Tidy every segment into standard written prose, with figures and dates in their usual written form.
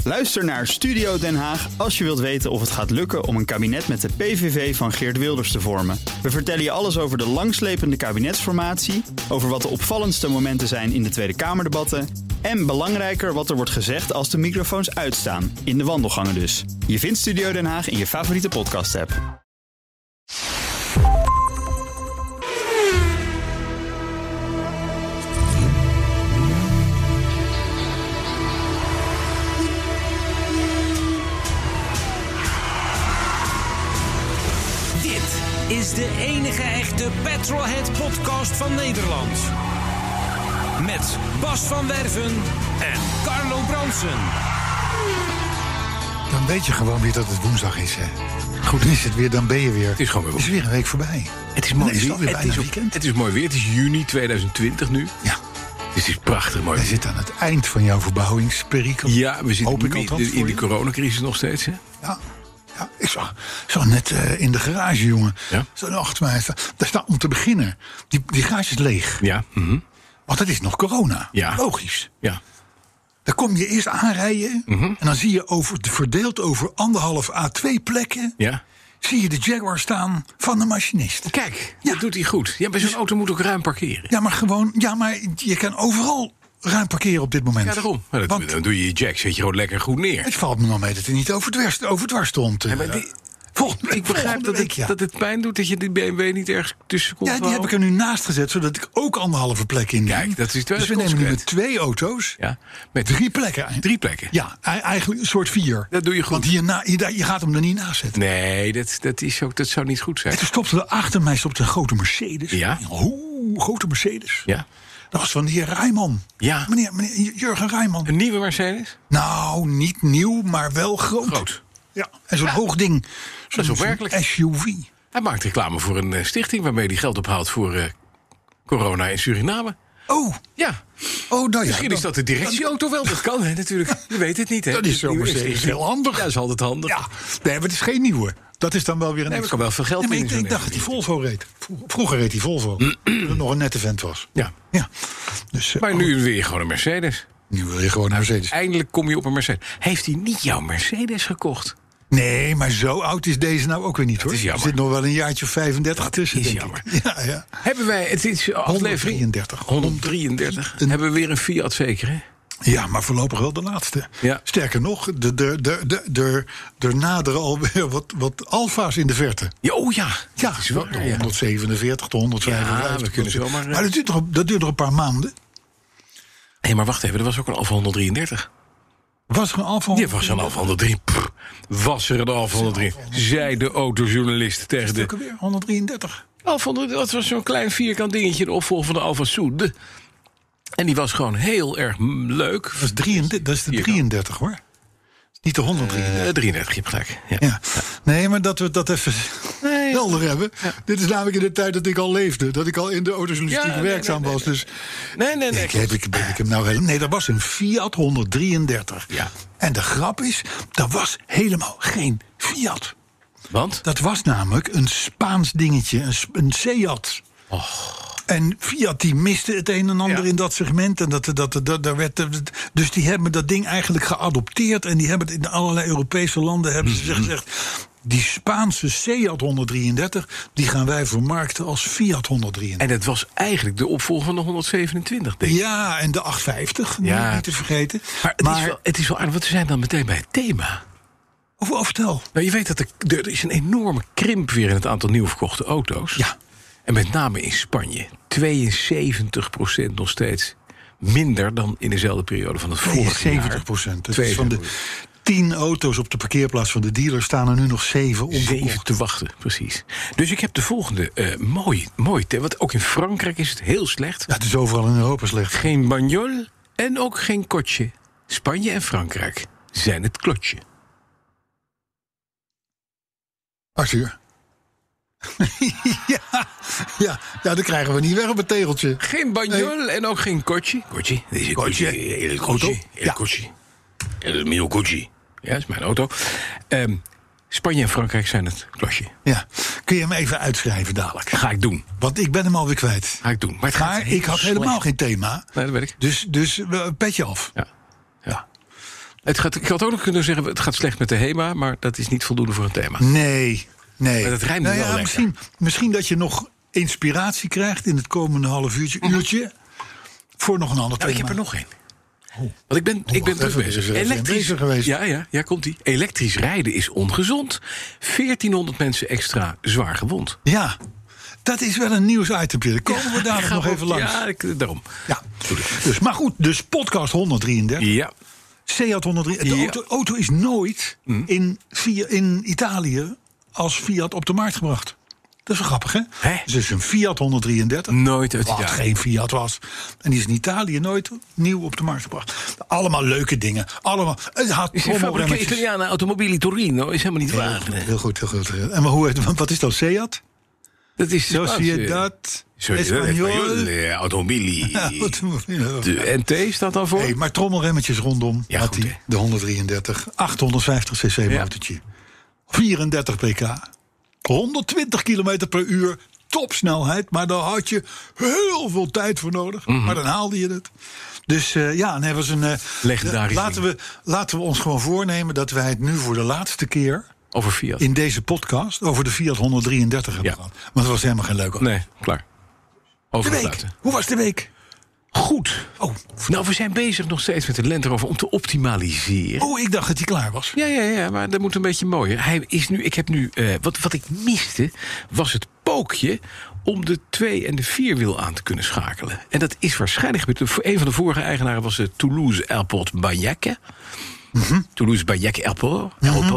Luister naar Studio Den Haag als je wilt weten of het gaat lukken om een kabinet met de PVV van Geert Wilders te vormen. We vertellen je alles over de langslepende kabinetsformatie, over wat de opvallendste momenten zijn in de Tweede Kamerdebatten en belangrijker wat er wordt gezegd als de microfoons uitstaan, in de wandelgangen dus. Je vindt Studio Den Haag in je favoriete podcast-app. Is de enige echte Petrolhead-podcast van Nederland. Met Bas van Werven en Carlo Bronsen. Dan weet je gewoon weer dat het woensdag is, hè. Goed, dan is het weer, dan ben je weer. Het is gewoon weer, het is weer een week voorbij. Het is mooi weer. Het is mooi weer. Het is juni 2020 nu. Ja. Dus het is prachtig mooi. We zitten aan het eind van jouw verbouwingsperikel. Ja, we zitten in de coronacrisis nog steeds, hè? Ja. Ja, ik zag net in de garage, jongen. Ja? Zo achter mij. Daar staat om te beginnen. Die garage is leeg. Ja. Mm-hmm. Want het is nog corona. Ja. Logisch. Ja. Dan kom je eerst aanrijden. Mm-hmm. En dan zie je verdeeld over 1,5 à 2 plekken. Ja. Zie je de Jaguar staan van de machinist. Kijk, dat doet hij goed. Ja, bij zo'n auto moet ook ruim parkeren. Ja, maar je kan overal ruim parkeren op dit moment. Ja, daarom. Dan doe je je jack, zet je gewoon lekker goed neer. Het valt me nog mee dat hij niet overdwars stond. Ja, maar ik begrijp dat het pijn doet dat je die BMW niet ergens tussen komt. Ja, die heb ik er nu naast gezet, zodat ik ook 1,5 plek in neem. Kijk, dat is dus we nemen nu met 2 auto's. Ja, met 3 plekken. 3 plekken? Ja, eigenlijk een soort 4. Dat doe je goed. Want je gaat hem er niet naast zetten. Nee, dat zou niet goed zijn. En toen stopte er achter mij een grote Mercedes. Ja? Grote Mercedes. Ja. Dat was van de heer Rijman. Ja. Meneer Jurgen Rijman. Een nieuwe Mercedes? Nou, niet nieuw, maar wel groot. Ja. En zo'n hoog ding. Dat is opmerkelijk. SUV. Hij maakt reclame voor een stichting waarmee hij geld ophaalt voor corona in Suriname. Oh. Ja. Oh, nou ja. Misschien is dat de directieauto wel. Dat kan, hè, natuurlijk. Je weet het niet, hè. Dat is zo'n Mercedes heel handig. Ja, dat is altijd handig. Ja. Nee, maar het is geen nieuwe. Dat is dan wel weer een extra. Kan wel veel geld in. Ik dacht dat hij Volvo reed. Vroeger reed hij Volvo. Dat nog een nette vent was. Ja. Dus, maar nu weer gewoon een Mercedes. Nu wil je gewoon een Mercedes. Eindelijk kom je op een Mercedes. Heeft hij niet jouw Mercedes gekocht? Nee, maar zo oud is deze nou ook weer niet, hoor. Er zit nog wel een jaartje 35 tussen. Dat is jammer. Ja. Hebben wij, het is aflevering 133. Hebben we weer een Fiat zeker, hè? Ja, maar voorlopig wel de laatste. Ja. Sterker nog, er naderen alweer wat alfa's in de verte. Oh ja. Ja, is wel, de 147, de 155. Ja, we kunnen zomaar. Maar dat duurt nog een paar maanden. Nee, maar wacht even, er was ook een Alfa 133. Was er een Alfa 133? Die was een Alfa 133. Was er een Alfa 133? Zei de autojournalist tegen de... Weer 133. Alfa 133, dat was zo'n klein vierkant dingetje, de opvolger van de Alfa Soud. En die was gewoon heel erg leuk. Dat is de 33, hoor. Niet de 133. 33, je hebt gelijk. Ja. Nee, maar dat we dat even helder hebben. Ja. Dit is namelijk in de tijd dat ik al leefde. Dat ik al in de autojournalistiek werkzaam was. Dus Nee. Heb ik hem nou helemaal... Nee, dat was een Fiat 133. Ja. En de grap is, dat was helemaal geen Fiat. Want? Dat was namelijk een Spaans dingetje. Een Seat. En Fiat die miste het een en ander in dat segment. En dus die hebben dat ding eigenlijk geadopteerd. En die hebben het in allerlei Europese landen hebben ze gezegd... die Spaanse Seat 133, die gaan wij vermarkten als Fiat 133. En het was eigenlijk de opvolger van de 127, denk ik. Ja, en de 850, niet te vergeten. Maar het is wel aardig, want we zijn dan meteen bij het thema. Vertel. Nou, je weet dat er is een enorme krimp weer in het aantal nieuw verkochte auto's. Ja. En met name in Spanje. 72% nog steeds minder dan in dezelfde periode van het vorige jaar. 70%. Van de 10 auto's op de parkeerplaats van de dealer staan er nu nog 7 onverkocht. 7 te wachten, precies. Dus ik heb de volgende mooi thema. Want ook in Frankrijk is het heel slecht. Ja, het is overal in Europa slecht. Geen bagnol en ook geen kotje. Spanje en Frankrijk zijn het klotje. Arthur. ja, dan krijgen we niet weg op het tegeltje. Geen bagnol en ook geen kotje. Kotje, deze kotje. El kotje. El kotje. El mio kotje. Ja, dat is mijn auto. Spanje en Frankrijk zijn het klosje. Ja. Kun je hem even uitschrijven dadelijk? Ga ik doen. Want ik ben hem alweer kwijt. Ga ik doen. Maar ik had helemaal geen thema. Nee, dat weet ik. Dus petje af. Ja. Ik had ook nog kunnen zeggen, het gaat slecht met de HEMA, maar dat is niet voldoende voor een thema. Nee. Maar dat rijmt wel lekker. Misschien dat je nog inspiratie krijgt in het komende half uurtje voor nog een ander thema. Ik heb er nog één. Want ik ben druk bezig. Elektrisch geweest. Ja, komt-ie. Elektrisch rijden is ongezond. 1400 mensen extra zwaar gewond. Ja, dat is wel een nieuwsitempje. Daar komen we daar nog even langs. Ja, daarom. Ja. Dus, maar goed, dus podcast 133. Ja. Seat 133. De auto is nooit in Italië als Fiat op de markt gebracht. Dat is wel grappig, hè? Dus het is een Fiat 133. Nooit uit Wat Italië. geen Fiat was. En die is in Italië nooit nieuw op de markt gebracht. Allemaal leuke dingen. Allemaal. Het had Is een fabriek Italiane Automobili Torino is helemaal niet waar. Heel goed. En wat is dat, Seat? Dat is Sociedad Español Automobili. De NT staat dan voor. Hey, maar trommelremmetjes rondom. Ja, had goed, hij de 133. 850 cc motortje. 34 pk. 120 km per uur. Topsnelheid. Maar daar had je heel veel tijd voor nodig. Maar dan haalde je het. Dus nee, was een legendarisch. Laten we ons gewoon voornemen dat wij het nu voor de laatste keer over Fiat in deze podcast over de Fiat 133 hebben gehad. Want het was helemaal geen leuk auto. Nee, klaar. De week. Hoe was de week? Goed. Nou, we zijn bezig nog steeds met de Land Rover om te optimaliseren. Ik dacht dat hij klaar was. Ja, maar dat moet een beetje mooier. Hij is nu. Ik heb nu. Wat ik miste was het pookje om de 2- en de 4-wiel aan te kunnen schakelen. En dat is waarschijnlijk gebeurd. Een van de vorige eigenaren was de Toulouse Airport Bagnac. Toulouse Bagnac Airport.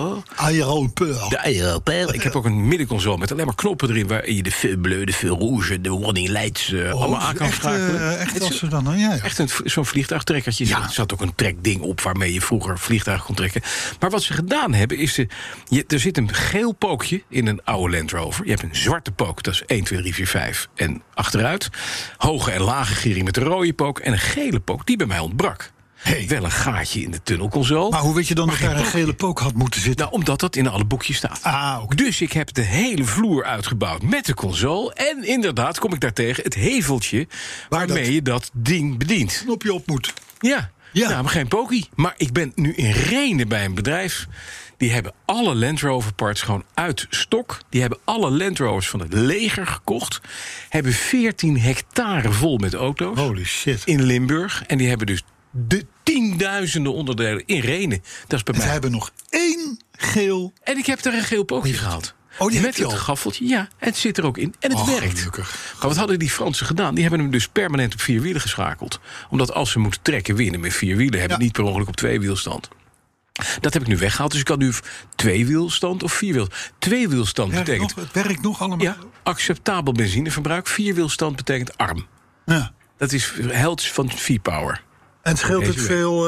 Aéroport. De Aéroport. Ik heb ook een middenconsole met alleen maar knoppen erin waarin je de feu bleu, de feu rouge, de warning lights allemaal aan kan schakelen. Echt als ze dan, ja. Echt zo'n vliegtuigtrekkertje. Ja. Er zat ook een trekding op waarmee je vroeger vliegtuigen kon trekken. Maar wat ze gedaan hebben is, er zit een geel pookje in een oude Land Rover. Je hebt een zwarte pook, dat is 1, 2, 3, 4, 5 en achteruit. Hoge en lage giering met een rode pook en een gele pook die bij mij ontbrak. Wel een gaatje in de tunnelconsole. Maar hoe weet je dan dat daar een gele pook had moeten zitten? Nou, omdat dat in alle boekjes staat. Okay. Dus ik heb de hele vloer uitgebouwd met de console. En inderdaad kom ik daar tegen het heveltje waarmee je dat ding bedient. Knopje op moet. Ja. Nou, maar geen pokie. Maar ik ben nu in Renen bij een bedrijf. Die hebben alle Land Rover parts gewoon uit stok. Die hebben alle Land Rovers van het leger gekocht. Hebben 14 hectare vol met auto's. Holy shit. In Limburg. En die hebben dus de tienduizenden onderdelen in Renen. Dat is bij mij. Ze hebben nog 1 geel. En ik heb er een geel pookje gehaald. Die met het gaffeltje. Ja, en het zit er ook in. En het werkt. Gelukkig. Maar wat hadden die Fransen gedaan? Die hebben hem dus permanent op 4 wielen geschakeld. Omdat als ze moeten trekken, winnen met 4 wielen. Hebben niet per ongeluk op 2-wielstand. Dat heb ik nu weggehaald. Dus ik kan nu 2-wielstand of 4-wiel. 2-wielstand betekent... Het werkt nog allemaal. Ja, acceptabel benzineverbruik. 4-wielstand betekent arm. Ja. Dat is helds van V-Power. En scheelt het veel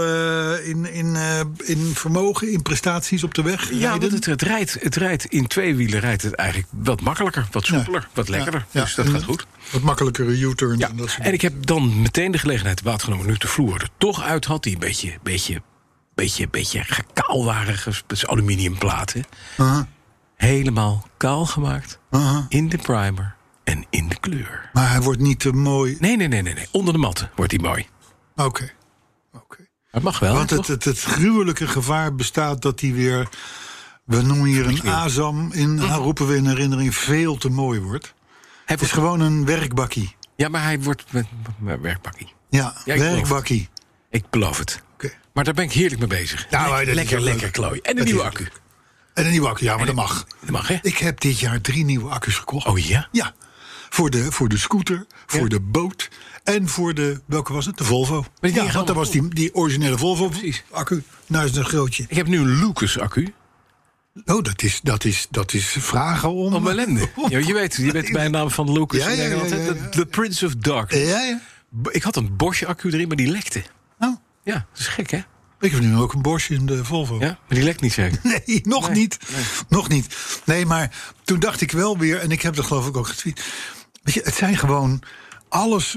in vermogen, in prestaties op de weg? Ja, want het rijdt in 2 wielen rijdt het eigenlijk wat makkelijker, wat soepeler, wat lekkerder. Ja. Dus dat gaat goed. Wat makkelijkere U-turns. Ja. En ik heb dan meteen de gelegenheid waard genomen, nu de vloer er toch uit had, die een beetje kaal waren, dus aluminiumplaten. Helemaal kaal gemaakt, in de primer en in de kleur. Maar hij wordt niet te mooi. Nee. Onder de mat wordt hij mooi. Oké. Dat mag wel. Want het gruwelijke gevaar bestaat dat hij weer, we noemen hier een ASAM, roepen we in herinnering, veel te mooi wordt. Het is gewoon een werkbakkie. Ja, maar hij wordt met werkbakkie. Ja, werkbakkie. Ik beloof het. Okay. Maar daar ben ik heerlijk mee bezig. Nou, lekker klooi. En een nieuwe accu. En een nieuwe accu, ja, maar dat mag. Dat mag, hè? Ik heb dit jaar 3 nieuwe accu's gekocht. Oh ja? Ja. Voor de scooter, voor de boot en voor de, welke was het? De Volvo. Ja, want dat was die originele Volvo-accu. Nou is het een grootje. Ik heb nu een Lucas-accu. Oh, dat is vragen om ellende. Ja, je weet mijn naam van Lucas. Ja. The Prince of Darkness. Ja. Ik had een Bosch-accu erin, maar die lekte. Oh. Ja, dat is gek, hè? Ik heb nu ook een Bosch in de Volvo. Ja, maar die lekt niet zeker? Nee, nog niet. Nog niet. Nee, maar toen dacht ik wel weer, en ik heb dat geloof ik ook getweet. Weet je, het zijn gewoon alles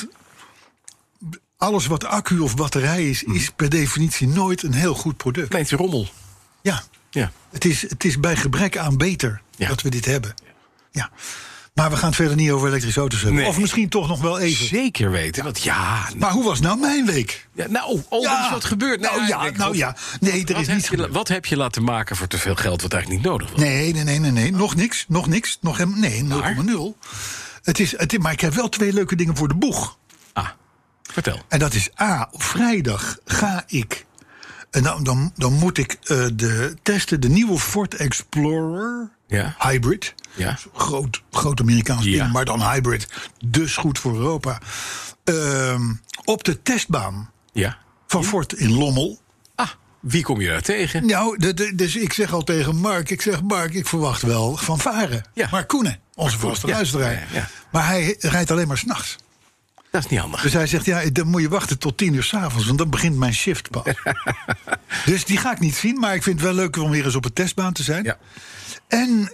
wat accu of batterij is per definitie nooit een heel goed product. Nee, het is rommel. Ja. Het is bij gebrek aan beter dat we dit hebben. Ja. Maar we gaan het verder niet over elektrische auto's hebben. Nee. Of misschien toch nog wel even. Zeker weten. Want Maar hoe was nou mijn week? er is wat gebeurd. Nee, er is niets gebeurd. Wat heb je laten maken voor te veel geld wat eigenlijk niet nodig was? Nee. Nog niks. Nog helemaal. Nee, 0,0. Maar ik heb wel 2 leuke dingen voor de boeg. Vertel. En dat is op vrijdag ga ik. En dan moet ik testen de nieuwe Ford Explorer Hybrid. Ja. Groot Amerikaans Ja. ding, maar dan hybrid. Dus goed voor Europa. Op de testbaan van Ford in Lommel. Wie kom je daar tegen? Nou, dus ik zeg al tegen Mark. Ik verwacht wel van varen. Ja. Mark Koenen, onze vaste luisteraar. Ja. Maar hij rijdt alleen maar 's nachts. Dat is niet handig. Dus hij zegt, dan moet je wachten tot 10 uur 's avonds, want dan begint mijn shift pas. Dus die ga ik niet zien, maar ik vind het wel leuk om weer eens op een testbaan te zijn. Ja. En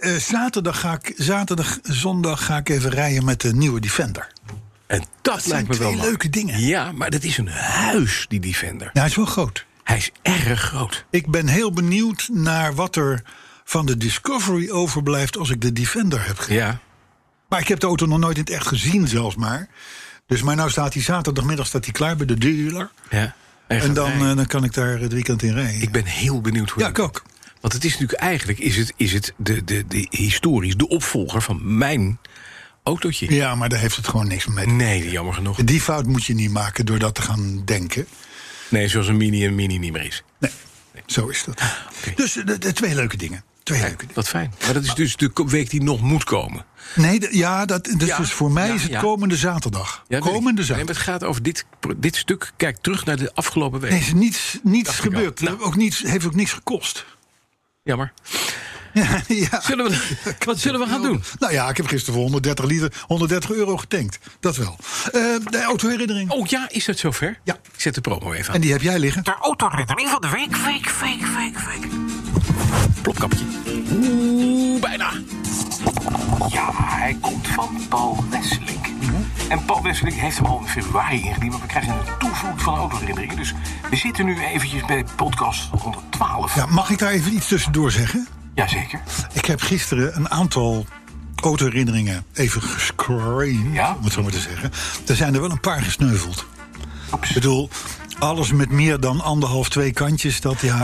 zondag ga ik even rijden met de nieuwe Defender. En dat lijkt me wel 2 leuke dingen. Ja, maar dat is een huis, die Defender. Ja, hij is wel groot. Hij is erg groot. Ik ben heel benieuwd naar wat er van de Discovery overblijft als ik de Defender heb gereden. Ja. Maar ik heb de auto nog nooit in het echt gezien zelfs maar. Maar nou staat hij zaterdagmiddag klaar bij de dealer. Ja. En dan kan ik daar het weekend in rijden. Ik ben heel benieuwd hoe. Ja, ik ook. Want het is natuurlijk eigenlijk is het de historisch de opvolger van mijn autootje. Ja, maar daar heeft het gewoon niks mee. Nee, jammer genoeg. Die fout moet je niet maken door dat te gaan denken. Nee, zoals een mini niet meer is. Nee, zo is dat. Okay. Dus de 2 leuke dingen. 2 leuke dingen. Wat fijn. Maar dat is dus de week die nog moet komen. Nee, dus voor mij is het komende zaterdag. Ja, komende zaterdag. Nee, maar het gaat over dit stuk. Kijk terug naar de afgelopen week. Nee, er is niets gebeurd. Heeft ook niks gekost. Jammer. Ja. Wat zullen we gaan doen? Nou ja, ik heb gisteren voor 130 euro getankt. Dat wel. De autoherinnering. Oh ja, is dat zover? Ja. Ik zet de promo even aan. En die heb jij liggen. De autoherinnering van de week. Plopkapje. Bijna. Ja, hij komt van Paul Wesseling. En Paul Wesseling heeft hem al in februari ingediend, maar we krijgen een toevloed van autoherinneringen. Dus we zitten nu eventjes bij podcast 112. Ja, mag ik daar even iets tussendoor zeggen? Jazeker. Ik heb gisteren een aantal autoherinneringen even gescreend, om het zo maar te zeggen. Er zijn er wel een paar gesneuveld. Oeps. Ik bedoel, alles met meer dan 1,5-2 kantjes.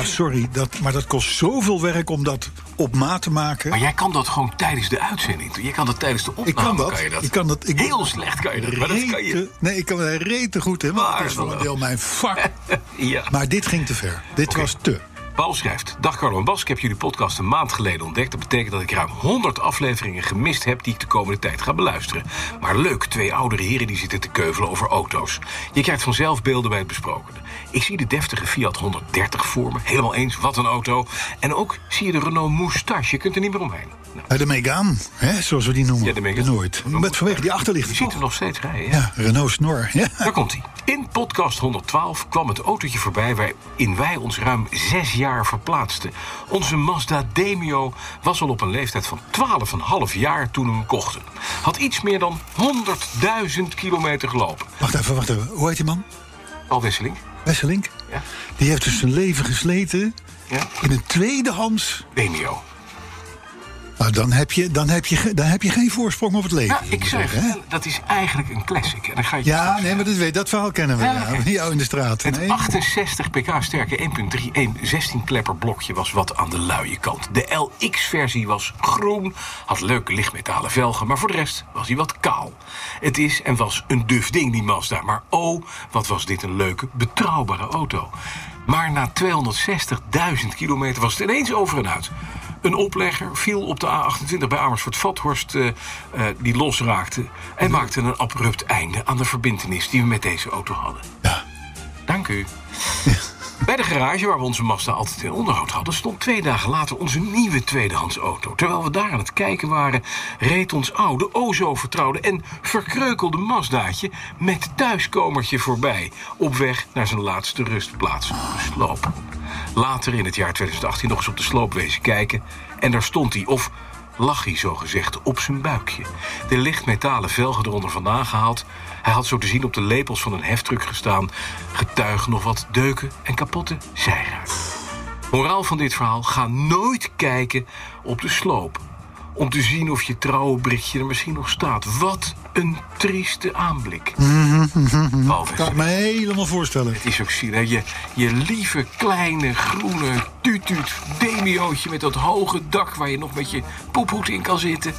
Maar dat kost zoveel werk om dat op maat te maken. Maar jij kan dat gewoon tijdens de uitzending doen. Je kan dat tijdens de opname. Ik kan dat. Heel slecht kan je dat. Maar dat kan je. Nee, ik kan dat rete goed, hè. Want het is voor een deel mijn vak. Ja. Maar dit ging te ver. Dit was te. Paul schrijft: Dag Carlo en Bas, ik heb jullie podcast een maand geleden ontdekt. Dat betekent dat ik ruim 100 afleveringen gemist heb die ik de komende tijd ga beluisteren. Maar leuk, 2 oudere heren die zitten te keuvelen over auto's. Je krijgt vanzelf beelden bij het besprokene. Ik zie de deftige Fiat 130 voor me. Helemaal eens, wat een auto. En ook zie je de Renault Moustache. Je kunt er niet meer omheen. De Megane, zoals we die noemen. Ja, de Megane. Nooit. Met vanwege die achterlichten. Je ziet hem nog steeds rijden. Ja, Renault Snor. Ja. Daar komt hij. In podcast 112 kwam het autootje voorbij waarin wij ons ruim 6 jaar verplaatsten. Onze Mazda Demio was al op een leeftijd van 12,5 jaar toen we hem kochten. Had iets meer dan 100.000 kilometer gelopen. Wacht even. Hoe heet die man? Paul Wesseling. Wesseling? Ja. Die heeft dus zijn leven gesleten in een tweedehands Demio. Nou, dan heb je geen voorsprong op het leven. Ja, ik zeg, dat is eigenlijk een classic. En dan ga je maar dat verhaal kennen we. Ja. Jou in de straat. Het 68 pk sterke 1.3 16-klepper blokje was wat aan de luie kant. De LX-versie was groen, had leuke lichtmetalen velgen, maar voor de rest was hij wat kaal. Het is en was een duf ding, die Mazda. Maar wat was dit een leuke, betrouwbare auto. Maar na 260.000 kilometer was het ineens over en uit. Een oplegger viel op de A28 bij Amersfoort-Vathorst die losraakte en maakte een abrupt einde aan de verbintenis die we met deze auto hadden. Ja. Dank u. Ja. Bij de garage waar we onze Mazda altijd in onderhoud hadden, stond 2 dagen later onze nieuwe tweedehands auto. Terwijl we daar aan het kijken waren, reed ons oude, zo vertrouwde en verkreukelde Mazdaatje met thuiskomertje voorbij, op weg naar zijn laatste rustplaats, de sloop. Later in het jaar 2018 nog eens op de sloop wezen kijken en daar stond hij, of lag hij zogezegd op zijn buikje. De lichtmetalen velgen eronder vandaan gehaald. Hij had zo te zien op de lepels van een heftruck gestaan. Getuigen nog wat deuken en kapotte zijruiten. Moraal van dit verhaal: ga nooit kijken op de sloop. om te zien of je trouwe britje er misschien nog staat. Wat een trieste aanblik. Kan ik me helemaal voorstellen. Het is ook zielig. Je lieve kleine groene tuut demiootje met dat hoge dak waar je nog met je poephoed in kan zitten.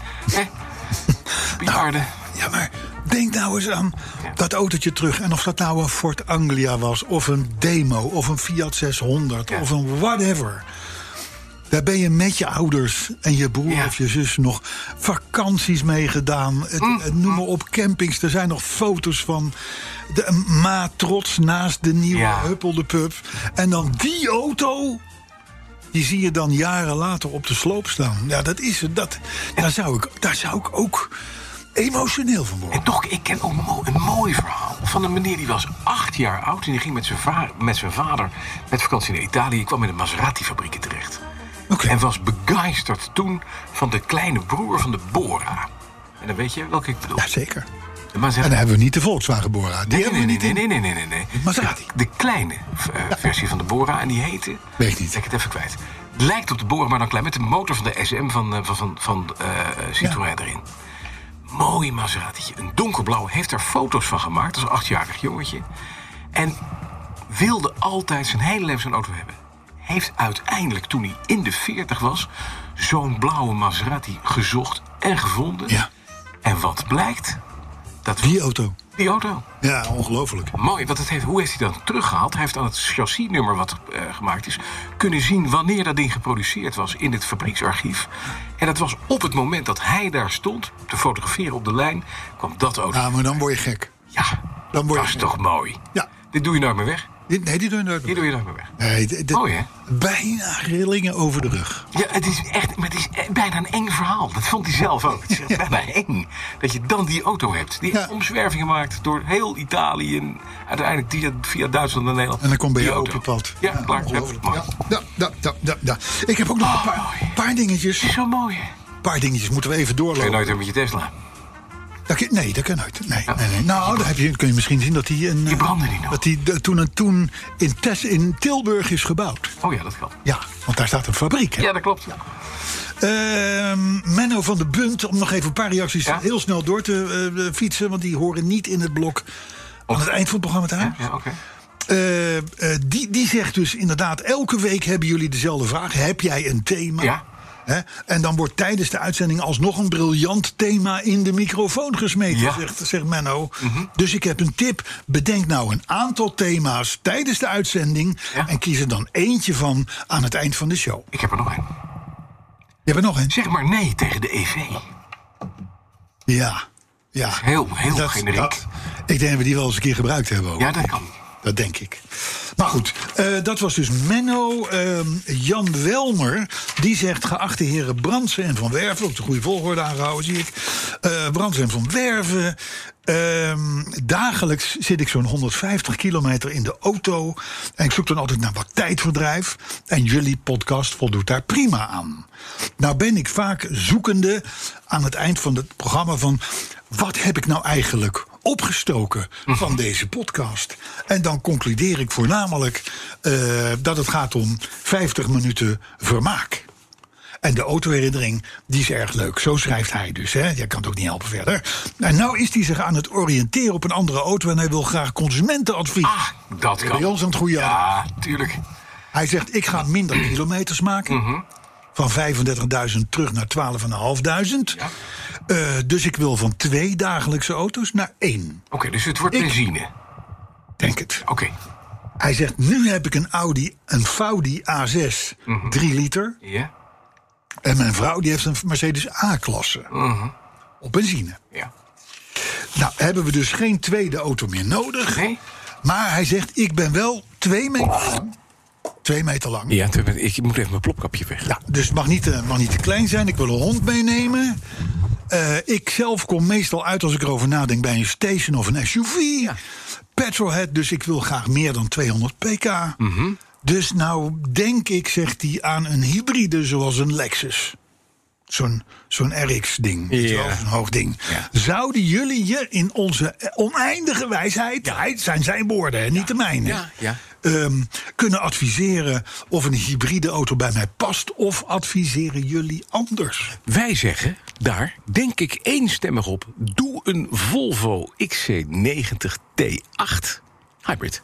Bejaarden. Ja, maar denk nou eens aan dat autootje terug. En of dat nou een Ford Anglia was, of een Demo, of een Fiat 600, of een whatever. Daar ben je met je ouders en je broer of je zus nog vakanties mee gedaan. Noem maar op, campings. Er zijn nog foto's van de Ma trots naast de nieuwe Huppel de Pup. En dan die auto, die zie je dan jaren later op de sloop staan. Ja, dat is het. Daar zou ik ook emotioneel van worden. En toch, ik ken ook een mooi verhaal van een meneer die was 8 jaar oud en die ging met zijn vader met vakantie naar Italië. Die kwam in de Maserati-fabrieken terecht. En was begeisterd toen van de kleine broer van de Bora. En dan weet je welke ik bedoel. Ja, zeker. En dan hebben we niet de Volkswagen Bora. Nee. Maserati. De kleine versie van de Bora. En die heette... Weet ik niet. Ben ik het even kwijt. Het lijkt op de Bora, maar dan klein. Met de motor van de SM van Citroën erin. Mooi Maserati'tje. Een donkerblauw. Heeft daar foto's van gemaakt. Als 8-jarig jongetje. En wilde altijd zijn hele leven zo'n auto hebben. Heeft uiteindelijk, toen hij in de 40 was, zo'n blauwe Maserati gezocht en gevonden. Ja. En wat blijkt? Die auto. Die auto. Ja, ongelooflijk. Mooi, hoe heeft hij dat teruggehaald? Hij heeft aan het chassisnummer wat gemaakt is kunnen zien wanneer dat ding geproduceerd was in het fabrieksarchief. En dat was op het moment dat hij daar stond te fotograferen op de lijn, kwam dat auto. Ja, maar dan word je gek. Ja, dan word je dat is toch mooi. Ja. Dit doe je nooit meer weg. Nee, die doe je nooit meer weg. Nee, mooi, hè? Bijna rillingen over de rug. Ja, het is bijna een eng verhaal. Dat vond hij zelf ook. Het is bijna eng dat je dan die auto hebt. Die omzwervingen maakt door heel Italië en uiteindelijk via Duitsland naar Nederland. En dan komt bij jou op het pad. Ja, klaar. Ja. Ik heb ook nog een paar dingetjes. Zo mooi, hè? Een paar dingetjes moeten we even doorlopen. Kun je nooit weer met je Tesla? Nee, dat kan nooit. Nee. Nou, daar kun je misschien zien dat hij die brandde die nog. Dat hij toen in Tilburg is gebouwd. Oh ja, dat klopt. Ja, want daar staat een fabriek. Hè? Ja, dat klopt. Menno van de Bunt, om nog even een paar reacties heel snel door te fietsen, want die horen niet in het blok aan het eind van het programma thuis. Ja, oké. Die zegt dus inderdaad, elke week hebben jullie dezelfde vraag. Heb jij een thema? Ja. En dan wordt tijdens de uitzending alsnog een briljant thema in de microfoon gesmeten, zegt Menno. Dus ik heb een tip. Bedenk nou een aantal thema's tijdens de uitzending en kies er dan eentje van aan het eind van de show. Ik heb er nog één. Je hebt er nog één? Zeg maar nee tegen de EV. Ja. Heel generiek. Ik denk dat we die wel eens een keer gebruikt hebben ook. Ja, dat kan. Dat denk ik. Maar goed, dat was dus Menno. Jan Welmer, die zegt: geachte heren Brandsen en Van Werven, ook de goede volgorde aangehouden, zie ik. Brandsen en Van Werven. Dagelijks zit ik zo'n 150 kilometer in de auto. En ik zoek dan altijd naar wat tijdverdrijf. En jullie podcast voldoet daar prima aan. Nou ben ik vaak zoekende aan het eind van het programma van: wat heb ik nou eigenlijk opgestoken van deze podcast? En dan concludeer ik voornamelijk dat het gaat om 50 minuten vermaak. En de autoherinnering, die is erg leuk. Zo schrijft hij dus. Hè? Jij kan het ook niet helpen verder. En nou is hij zich aan het oriënteren op een andere auto en hij wil graag consumentenadvies. Dat kan. Bij ons aan het goede Ja, tuurlijk. Hij zegt, ik ga minder kilometers maken. Van 35.000 terug naar 12.500. Ja. Dus ik wil van 2 dagelijkse auto's naar 1. Oké, dus het wordt benzine. Denk het. Oké. Hij zegt, nu heb ik een Audi A6 3 liter. Ja. En mijn vrouw die heeft een Mercedes A-klasse. Op benzine. Ja. Nou, hebben we dus geen tweede auto meer nodig. Nee. Maar hij zegt, ik ben wel 2 meter lang. 2 meter lang. Ja, ik moet even mijn plopkapje weg. Ja, dus het mag niet te klein zijn. Ik wil een hond meenemen. Ik zelf kom meestal uit, als ik erover nadenk, bij een station of een SUV. Ja. Petrolhead, dus ik wil graag meer dan 200 pk. Dus nou denk ik, zegt hij, aan een hybride zoals een Lexus. Zo'n RX-ding, zo'n hoog ding. Ja. Zouden jullie je in onze oneindige wijsheid, het zijn zijn woorden, niet de mijne, kunnen adviseren of een hybride auto bij mij past? Of adviseren jullie anders? Wij zeggen daar, denk ik eenstemmig op, doe een Volvo XC90 T8 Hybrid.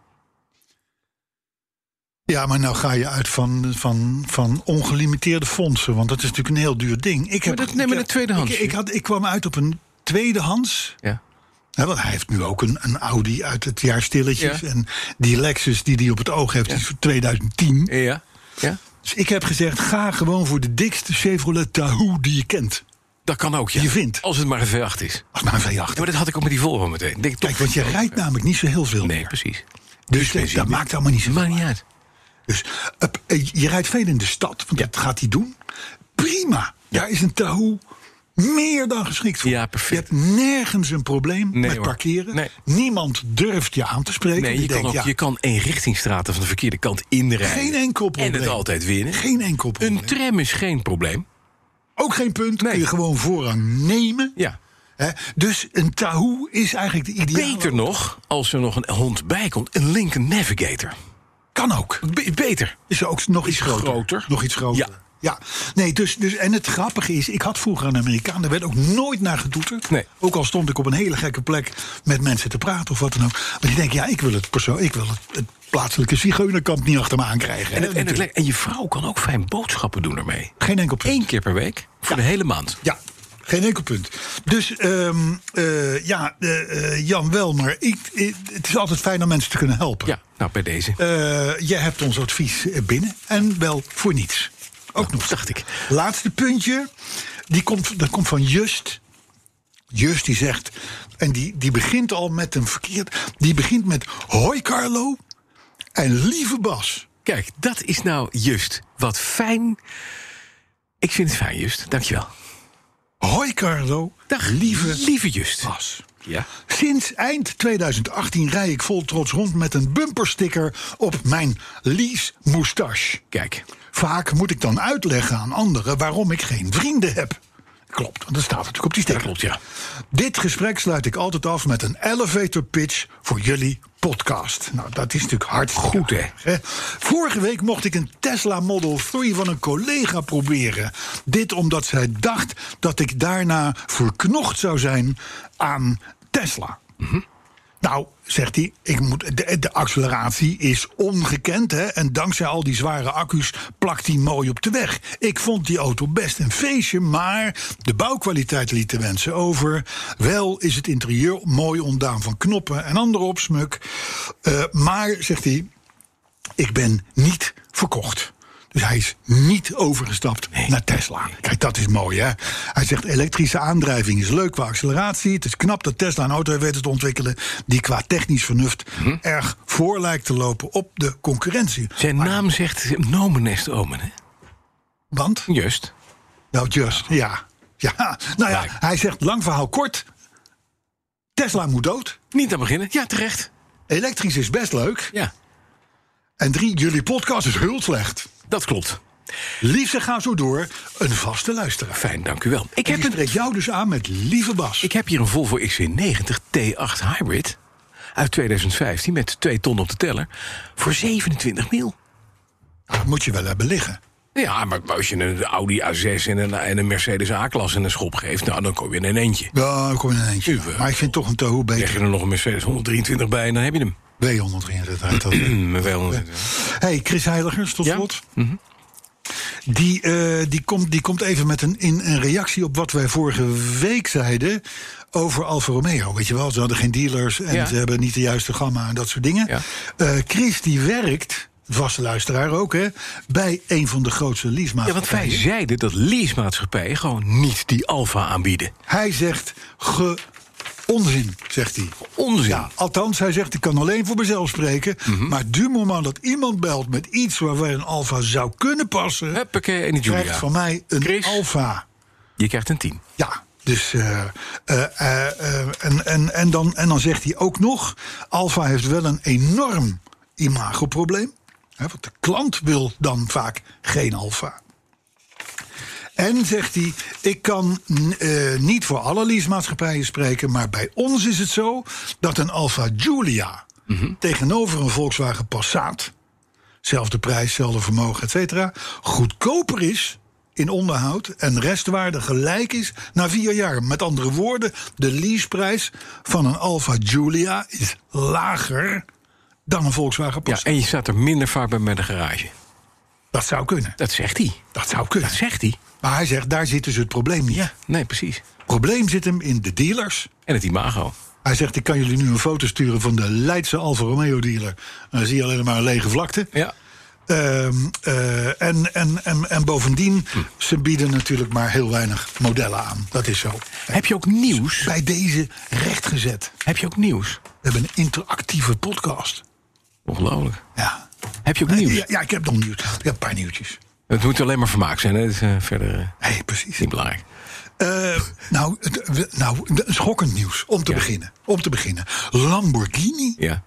Ja, maar nou ga je uit van ongelimiteerde fondsen. Want dat is natuurlijk een heel duur ding. Een tweedehands. Ik kwam uit op een tweedehands. Ja. Ja, want hij heeft nu ook een Audi uit het jaar stilletjes. Ja. En die Lexus die hij op het oog heeft, is van 2010. Ja. Dus ik heb gezegd, ga gewoon voor de dikste Chevrolet Tahoe die je kent. Dat kan ook, ja. Die je vindt. Als het maar een V8 is. Als maar een V8. Ja, maar dat had ik ook met die Volvo meteen. Kijk, want je rijdt namelijk niet zo heel veel. Nee, precies. Dus dat maakt allemaal niet zo veel. Maakt niet uit. Dus je rijdt veel in de stad, want dat gaat hij doen. Prima. Daar is een Tahoe meer dan geschikt voor. Ja, perfect. Je hebt nergens een probleem met parkeren. Nee. Niemand durft je aan te spreken. Nee, je kan eenrichtingsstraten van de verkeerde kant inrijden. Geen enkel probleem. En het altijd winnen. Geen enkel probleem. Een tram is geen probleem. Ook geen punt. Nee. Kun je gewoon voorrang nemen. Ja. Dus een Tahoe is eigenlijk de ideale. Beter nog, als er nog een hond bij komt, een Lincoln Navigator. Kan ook. Beter. Is ook nog iets groter. Nog iets groter. Ja. Nee, dus, en het grappige is, ik had vroeger een Amerikaan, daar werd ook nooit naar getoeterd. Nee. Ook al stond ik op een hele gekke plek met mensen te praten of wat dan ook. Maar die denken, ja, ik wil het plaatselijke zigeunerkamp niet achter me aankrijgen. En je vrouw kan ook fijn boodschappen doen ermee. Geen enkel punt. 1 keer per week voor de hele maand. Ja. Geen enkel punt. Dus Jan Welmer, het is altijd fijn om mensen te kunnen helpen. Ja, nou bij deze. Je hebt ons advies binnen en wel voor niets. Ook nog. Dacht ik. Laatste puntje, dat komt van Just. Just die zegt, en die begint al met een verkeerd. Die begint met hoi Carlo en lieve Bas. Kijk, dat is nou Just. Wat fijn. Ik vind het fijn, Just. Dankjewel. Hoi Carlo, dag lieve Just. Bas. Ja. Sinds eind 2018 rij ik vol trots rond met een bumpersticker op mijn lease-moustache. Kijk. Vaak moet ik dan uitleggen aan anderen waarom ik geen vrienden heb. Klopt, want dat staat natuurlijk op die sticker. Dat klopt, ja. Dit gesprek sluit ik altijd af met een elevator pitch voor jullie podcast. Nou, dat is natuurlijk hartstikke goed, hè? Vorige week mocht ik een Tesla Model 3 van een collega proberen. Dit omdat zij dacht dat ik daarna verknocht zou zijn aan Tesla. Mm-hmm. Nou, zegt hij, de acceleratie is ongekend. Hè? En dankzij al die zware accu's plakt hij mooi op de weg. Ik vond die auto best een feestje, maar de bouwkwaliteit liet de wensen over. Wel is het interieur mooi ontdaan van knoppen en andere opsmuk. Maar, zegt hij, ik ben niet verkocht. Dus hij is niet overgestapt naar Tesla. Kijk, dat is mooi, hè? Hij zegt, elektrische aandrijving is leuk qua acceleratie. Het is knap dat Tesla een auto heeft weten te ontwikkelen die qua technisch vernuft erg voor lijkt te lopen op de concurrentie. Zijn naam zegt nomen est omen, hè? Want? Just. Nou, Just, ja. Nou ja, hij zegt, lang verhaal kort. Tesla moet dood. Niet aan beginnen, ja, terecht. Elektrisch is best leuk. Ja. En 3, jullie podcast is heel slecht. Dat klopt. Liefste, ga zo door. Een vaste luisteraar. Fijn, dank u wel. Ik spreek jou dus aan met lieve Bas. Ik heb hier een Volvo XC90 T8 Hybrid uit 2015 met 2 ton op de teller voor 27 mil. Dat moet je wel hebben liggen. Ja, maar als je een Audi A6 en een Mercedes A-klasse een schop geeft, nou, dan kom je in een eentje. Ja, dan kom je in een eentje. Maar ik vind toch een Tahoe beter. Leg je er nog een Mercedes 123 bij en dan heb je hem. W123. Hey, Chris Heiligers, tot slot. Mm-hmm. Die komt even met een reactie op wat wij vorige week zeiden over Alfa Romeo. Weet je wel, ze hadden geen dealers en ze hebben niet de juiste gamma en dat soort dingen. Ja. Chris die werkt, vaste luisteraar ook, hè, bij een van de grootste leasemaatschappijen. Ja, want wij zeiden dat leasemaatschappijen gewoon niet die Alfa aanbieden. Hij zegt onzin, zegt hij. Onzin? Ja, althans, hij zegt, ik kan alleen voor mezelf spreken. Mm-hmm. Maar du moment dat iemand belt met iets waarbij een Alfa zou kunnen passen, Huppakee, en die Julia krijgt van mij een Chris, Alfa. Je krijgt een 10. Ja, dus en dan zegt hij ook nog, Alfa heeft wel een enorm imagoprobleem. Hè, want de klant wil dan vaak geen Alfa. En, zegt hij, ik kan niet voor alle leasemaatschappijen spreken, maar bij ons is het zo dat een Alfa Giulia tegenover een Volkswagen Passat, zelfde prijs, zelfde vermogen, et cetera, goedkoper is in onderhoud en restwaarde gelijk is na 4 jaar. Met andere woorden, de leaseprijs van een Alfa Giulia is lager dan een Volkswagen Ja, Passat. en je staat er minder vaak bij met de garage. Dat zou kunnen. Dat zegt hij. Dat zou kunnen. Dat zegt hij. Maar hij zegt, daar zit dus het probleem niet. Ja, nee, precies. Het probleem zit hem in de dealers. En het imago. Hij zegt, ik kan jullie nu een foto sturen van de Leidse Alfa Romeo dealer. En dan zie je alleen maar een lege vlakte. Ja. En bovendien, ze bieden natuurlijk maar heel weinig modellen aan. Dat is zo. Heb je ook nieuws? Bij deze rechtgezet. Heb je ook nieuws? We hebben een interactieve podcast. Ongelooflijk. Ja. Heb je ook nieuws? Ja, ik heb nog nieuws. Ik heb een paar nieuwtjes. Het moet alleen maar vermaak zijn, hè? Dat is verder Nee, precies. niet belangrijk. Een schokkend nieuws, om te beginnen. Lamborghini Ja.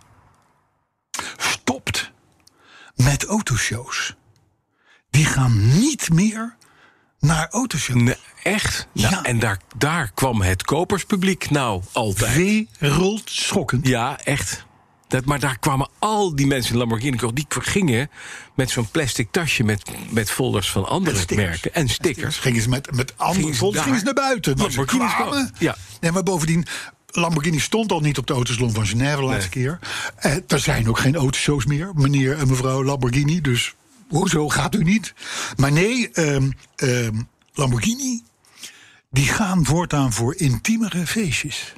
stopt met autoshows. Die gaan niet meer naar autoshows. Nee, echt? Nou, Ja. en daar kwam het koperspubliek nou altijd. Wereldschokkend. Ja, echt. Maar daar kwamen al die mensen in Lamborghini, die gingen met zo'n plastic tasje met folders van andere stickers. merken en stickers. Gingen ze met andere Gingen ze folders daar. naar buiten. Maar ze Lamborghinis kwamen. kwamen. Ja. Nee, maar bovendien, Lamborghini stond al niet op de autosalon van Genève de laatste keer. Er zijn ook geen autoshows meer, meneer en mevrouw Lamborghini. Dus hoezo gaat u niet? Maar nee, Lamborghini, die gaan voortaan voor intiemere feestjes.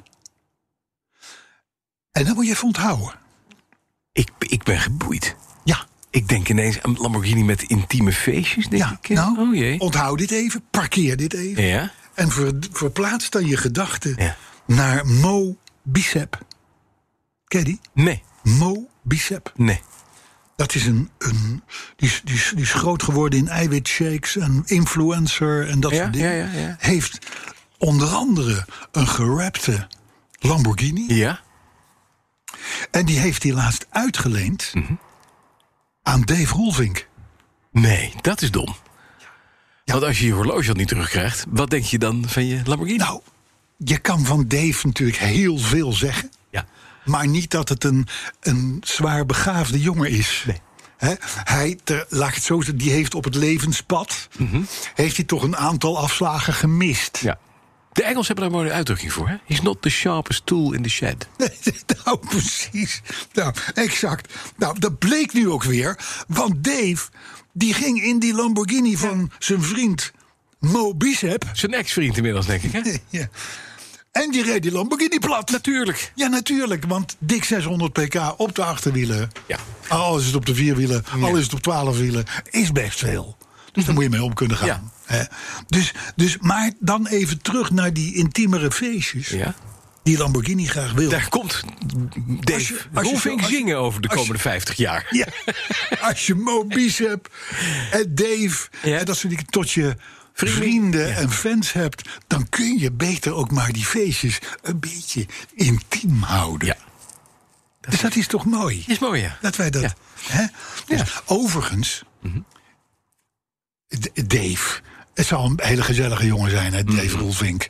En dat moet je even onthouden. Ik ben geboeid. Ja. Ik denk ineens een Lamborghini met intieme feestjes, denk Ja, ik. nou, Oh jee. onthoud dit even, parkeer dit even. Ja? En verplaats dan je gedachten Ja. naar Mo Bicep. Ken je die? Nee. Mo Bicep. Nee. Dat is die is groot geworden in eiwitshakes en influencer en dat soort dingen. Ja. Heeft onder andere een gerapte Lamborghini. Ja? En die heeft hij laatst uitgeleend aan Dave Roelvink. Nee, dat is dom. Want als je je horloge al niet terugkrijgt, wat denk je dan van je Lamborghini? Nou, je kan van Dave natuurlijk heel veel zeggen. Ja. Maar niet dat het een zwaar begaafde jongen is. Nee. Laat ik het zo zeggen, die heeft op het levenspad... heeft hij toch een aantal afslagen gemist. Ja. De Engelsen hebben daar een mooie uitdrukking voor, hè? He's not the sharpest tool in the shed. Nou, precies. Nou, exact. Nou, dat bleek nu ook weer. Want Dave, die ging in die Lamborghini van zijn vriend Mo Bicep. Zijn ex-vriend inmiddels, denk ik, hè? Ja. En die reed die Lamborghini plat. Natuurlijk. Ja, natuurlijk, want dik 600 pk op de achterwielen. Ja. Al is het op de 4 wielen, al is het op 12 wielen. Is best veel. Dus daar moet je mee om kunnen gaan. Ja. Hè? Dus, maar dan even terug naar die intiemere feestjes. Ja. Die Lamborghini graag wil. Daar komt Dave Roelvink zingen over de komende 50 jaar. Ja, als je Mo Bicep en Dave en dat soort dingen tot je vrienden en fans hebt, dan kun je beter ook maar die feestjes een beetje intiem houden. Ja. Dus dat is toch mooi? Is mooi, ja. Dat wij dat. Ja. Hè? Dus Ja. Overigens, Dave, het zal een hele gezellige jongen zijn, hè, Dave Roelvink.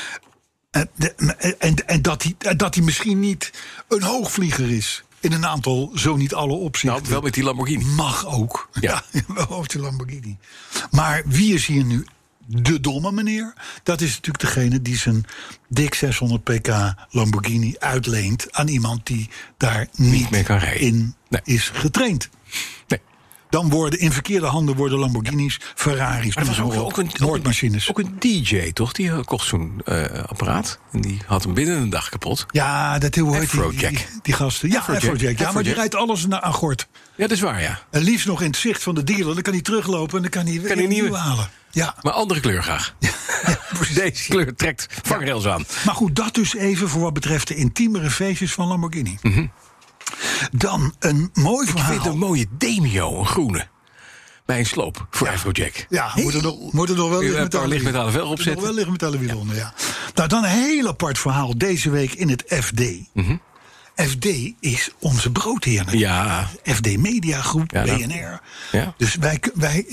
En dat hij misschien niet een hoogvlieger is. In een aantal, zo niet alle opzichten. Nou, wel met die Lamborghini. Mag ook. Ja. Wel over de Lamborghini. Maar wie is hier nu de domme meneer? Dat is natuurlijk degene die zijn dik 600 pk Lamborghini uitleent aan iemand die daar niet meer kan rijden. in Nee. is getraind. Nee. Dan worden in verkeerde handen Lamborghinis, Ferraris, Maar er was ook een Noordmachines. Ook een DJ, toch? Die kocht zo'n apparaat. En die had hem binnen een dag kapot. Ja, dat hoe heet Afrojack. die gasten. Ja, Afrojack. Afrojack. Ja, maar die Afrojack. rijdt alles aan gort. Ja, dat is waar, ja. En liefst nog in het zicht van de dealer. Dan kan hij teruglopen en dan kan hij weer een nieuwe halen. Ja. Maar andere kleur graag. Deze kleur trekt vangrails aan. Maar goed, dat dus even voor wat betreft de intiemere feestjes van Lamborghini. Dan een mooi Ik verhaal. vind een mooie Demio, een groene. Bij een sloop voor Afrojack. Ja, moet er nog wel lichtmetalen velg Moet er nog opzetten. wel lichtmetalen wielen onder, ja. Nou, dan een heel apart verhaal deze week in het FD. FD is onze broodheer natuurlijk. Ja. FD Media Groep, Ja, nou. BNR. Ja. Dus het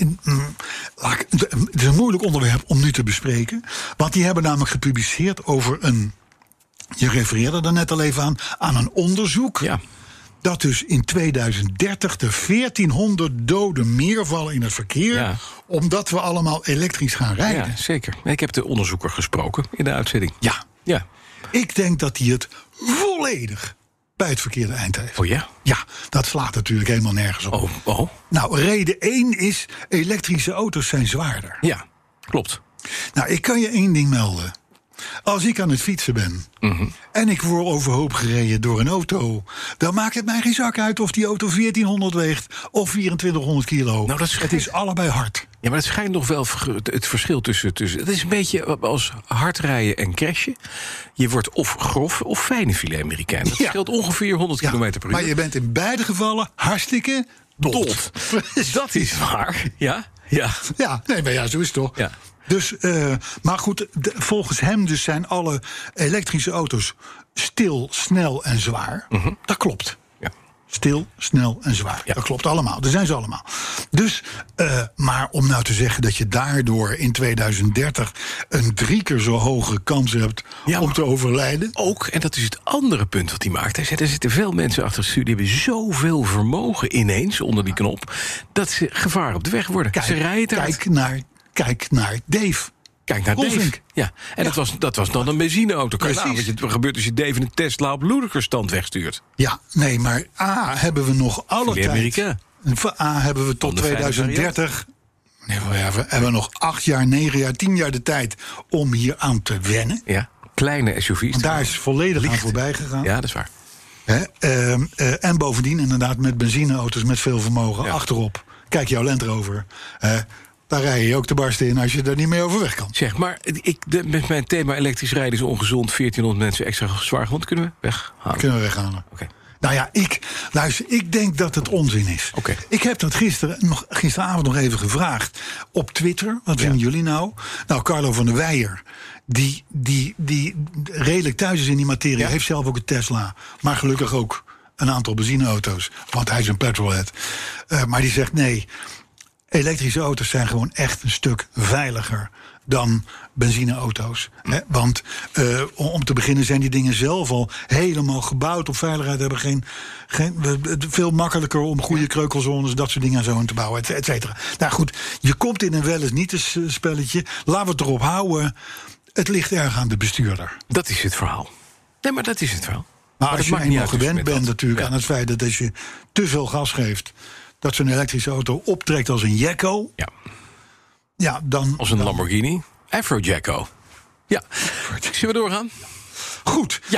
is een moeilijk onderwerp om nu te bespreken. Want die hebben namelijk gepubliceerd over je refereerde er net al even aan een onderzoek. Ja. dat dus in 2030 er 1400 doden meer vallen in het verkeer... Ja. omdat we allemaal elektrisch gaan rijden. Ja, zeker. Ik heb de onderzoeker gesproken in de uitzending. Ja. Ik denk dat hij het volledig bij het verkeerde eind heeft. Oh ja? Ja, dat slaat natuurlijk helemaal nergens op. Oh. Nou, reden 1 is, elektrische auto's zijn zwaarder. Ja, klopt. Nou, ik kan je 1 ding melden. Als ik aan het fietsen ben en ik word overhoop gereden door een auto... dan maakt het mij geen zak uit of die auto 1400 weegt of 2400 kilo. Nou, het is allebei hard. Ja, maar het schijnt nog wel het verschil tussen... Het is een beetje als hard rijden en crashen. Je wordt of grof of fijne filet Amerikaan. Dat scheelt ongeveer 100 kilometer per uur. Maar je bent in beide gevallen hartstikke dot. Dat is waar, ja. Ja, nee, maar ja, zo is het toch. Ja. Dus, maar goed, volgens hem dus zijn alle elektrische auto's stil, snel en zwaar. Dat klopt. Ja. Stil, snel en zwaar. Ja. Dat klopt allemaal. Dat zijn ze allemaal. Dus, maar om nou te zeggen dat je daardoor in 2030 een 3 keer zo hoge kans hebt om te overlijden. Ook, en dat is het andere punt wat hij maakt. Hij zei, er zitten veel mensen achter de studie... die hebben zoveel vermogen ineens onder die knop... dat ze gevaar op de weg worden. Ze rijden Kijk naar Dave. Kijk naar Rolfink. Dave. Ja. En dat was dan een benzineauto. Wat gebeurt als je Dave een Tesla op Ludicrous-stand wegstuurt? Ja, nee, maar hebben we nog alle tijd... Amerika. Hebben we tot 2030... Nee, we hebben nog 8 jaar, 9 jaar, 10 jaar de tijd om hier aan te wennen. Ja, kleine SUV's. Daar is volledig aan voorbij gegaan. Ja, dat is waar. En bovendien inderdaad met benzineauto's met veel vermogen achterop. Kijk jouw Land Rover. Daar rij je ook te barsten in als je er niet mee overweg kan. Zeg, maar met mijn thema elektrisch rijden is ongezond... 1400 mensen extra zwaar gewond. Kunnen we weghalen? Kunnen we weghalen. Oké. Nou ja, ik denk dat het onzin is. Okay. Ik heb dat gisteravond nog even gevraagd op Twitter. Wat vinden jullie nou? Nou, Carlo van der Weijer, die redelijk thuis is in die materie... heeft zelf ook een Tesla, maar gelukkig ook een aantal benzineauto's. Want hij is een petrolhead. Maar die zegt nee... elektrische auto's zijn gewoon echt een stuk veiliger dan benzineauto's. Want om te beginnen zijn die dingen zelf al helemaal gebouwd op veiligheid. Hebben veel makkelijker om goede kreukelzones, dat soort dingen zo in te bouwen, et cetera. Nou goed, je komt in een wel eens niet eens spelletje. Laten we het erop houden. Het ligt erg aan de bestuurder. Dat is het verhaal. Nee, maar dat is het verhaal. Maar als je eenmaal gewend bent natuurlijk aan het feit dat als je te veel gas geeft, dat zo'n elektrische auto optrekt als een Jekko. Ja, dan... Als een Lamborghini. Afro-Jekko. Ja. Zullen we doorgaan? Goed. Ja.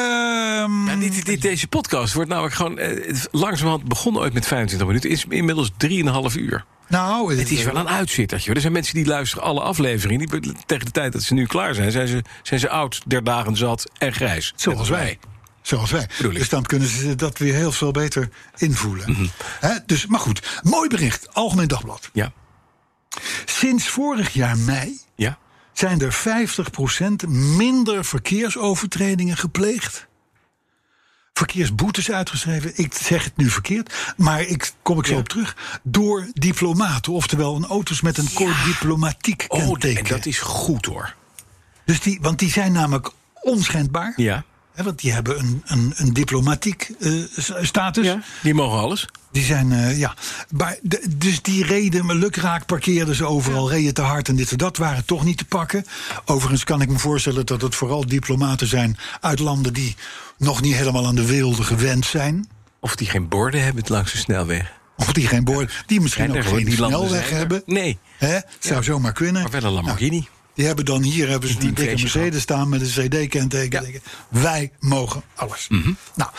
Deze podcast wordt namelijk gewoon... langzamerhand begonnen ooit met 25 minuten. Is inmiddels 3,5 uur. Nou, het is wel een uitzittertje. Er zijn mensen die luisteren alle afleveringen. Die, tegen de tijd dat ze nu klaar zijn ze oud, der dagen zat en grijs. Zoals wij. Dus dan kunnen ze dat weer heel veel beter invoelen. Dus, maar goed, mooi bericht. Algemeen Dagblad. Ja. Sinds vorig jaar mei zijn er 50% minder verkeersovertredingen gepleegd. Verkeersboetes uitgeschreven. Ik zeg het nu verkeerd, maar kom ik zo op terug. Door diplomaten, oftewel auto's met een code diplomatiek kenteken. En dat is goed hoor. Dus want die zijn namelijk onschendbaar. Ja. Want die hebben een diplomatiek status. Ja, die mogen alles. Die zijn, dus die reden, lukraak parkeerden ze overal, reden te hard en dit en dat, waren toch niet te pakken. Overigens kan ik me voorstellen dat het vooral diplomaten zijn uit landen die nog niet helemaal aan de wereld gewend zijn. Of die geen borden hebben langs de snelweg. Of die geen borden, die misschien ook geen snelweg hebben. Nee. Zou zomaar kunnen. Maar wel een Lamborghini. Nou, die hebben ze een dikke Mercedes staan met een CD-kenteken. Ja. Wij mogen alles. Nou,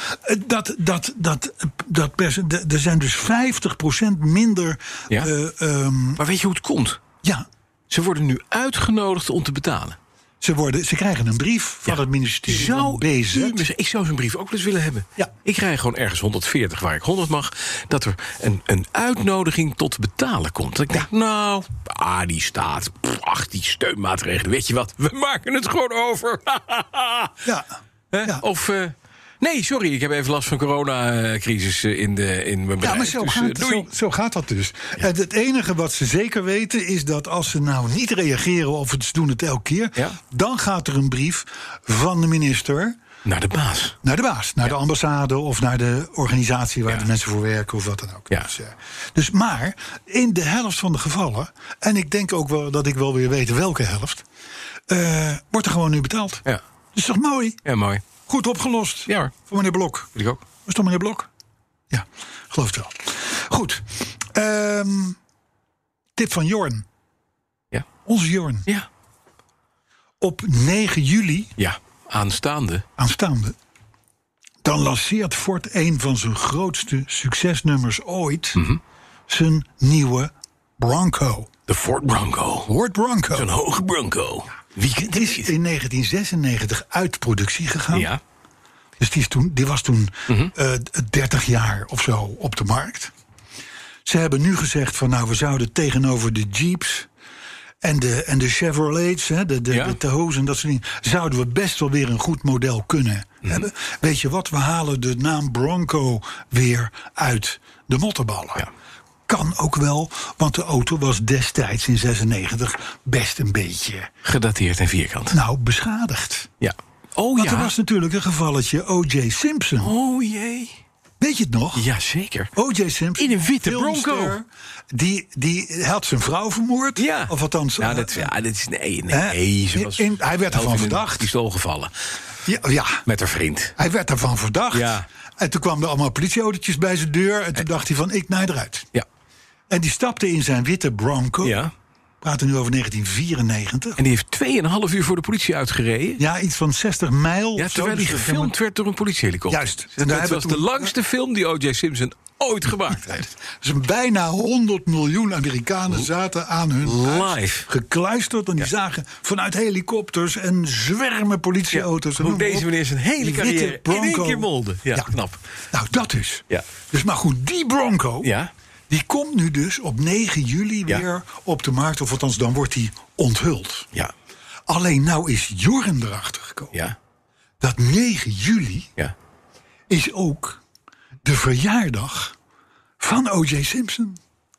er zijn dus 50% minder. Ja. Maar weet je hoe het komt? Ja. Ze worden nu uitgenodigd om te betalen. Ze krijgen een brief van het ministerie van BZ. Ik zou zo'n brief ook wel eens willen hebben. Ja. Ik krijg gewoon ergens 140 waar ik 100 mag. Dat er een uitnodiging tot betalen komt. Dat ik denk, die staat. Die steunmaatregelen. Weet je wat? We maken het gewoon over. Ja. Of... nee, sorry, ik heb even last van coronacrisis in mijn bedrijf. Ja, maar zo gaat dat dus. Ja. Het enige wat ze zeker weten is dat als ze nou niet reageren of ze doen het elke keer, dan gaat er een brief van de minister Naar de baas. Naar de baas, naar de ambassade of naar de organisatie waar de mensen voor werken of wat dan ook. Ja. Dus maar in de helft van de gevallen, en ik denk ook wel dat ik wel weer weet welke helft, wordt er gewoon nu betaald. Ja. Dat is toch mooi? Ja, mooi. Goed opgelost. Ja hoor. Voor meneer Blok. Wil ik ook. Was toch meneer Blok? Ja, geloof het wel. Goed. Tip van Jorn. Ja. Onze Jorn. Ja. Op 9 juli... Ja, aanstaande. Dan lanceert Ford een van zijn grootste succesnummers ooit. Zijn nieuwe Bronco. De Ford Bronco. Ford Bronco. Zo'n hoge Bronco. Wie kent die Is niet? in 1996 uit productie gegaan. Ja. Dus die was toen 30 jaar of zo op de markt. Ze hebben nu gezegd van nou, we zouden tegenover de Jeeps en de Chevrolets, hè, de Tahoes en dat soort dingen, zouden we best wel weer een goed model kunnen hebben. Weet je wat, we halen de naam Bronco weer uit de mottenballen. Ja. Kan ook wel, want de auto was destijds in 96 best een beetje Gedateerd en vierkant. nou beschadigd. Ja. Oh Want ja. er was natuurlijk een gevalletje O.J. Simpson. Oh jee. Weet je het nog? Jazeker. O.J. Simpson. In een witte filmster, Bronco. Die had zijn vrouw vermoord. Ja. Of althans... Nou, dat is... Nee. hè? Ze was Hij werd ervan in een verdacht. pistool gevallen. Ja, Met haar vriend. hij werd ervan verdacht. Ja. En toen kwamen er allemaal politieautootjes bij zijn deur. En toen dacht hij van, ik naai eruit. Ja. En die stapte in zijn witte Bronco. Ja. We praten nu over 1994. En die heeft 2,5 uur voor de politie uitgereden. Ja, iets van 60 mijl. Ja, of zo. terwijl hij Dus dat gefilmd werd door een politiehelikopter. Juist. En En daar dat hebben was toen- de langste film die O.J. Simpson ooit gemaakt heeft. Dus bijna 100 miljoen Amerikanen zaten aan hun huis Live. gekluisterd. En die zagen vanuit helikopters en zwermen politieauto's. en Hoe noem maar deze op. meneer zijn hele Die carrière witte Bronco. in één keer molde. Ja, knap. Nou, dat dus. Ja. Dus maar goed, die Bronco, Ja. die komt nu dus op 9 juli Ja. weer op de markt. Of althans, dan wordt die onthuld. Ja. Alleen nou is Jorn erachter gekomen. Ja. Dat 9 juli Ja. is ook de verjaardag van O.J. Simpson.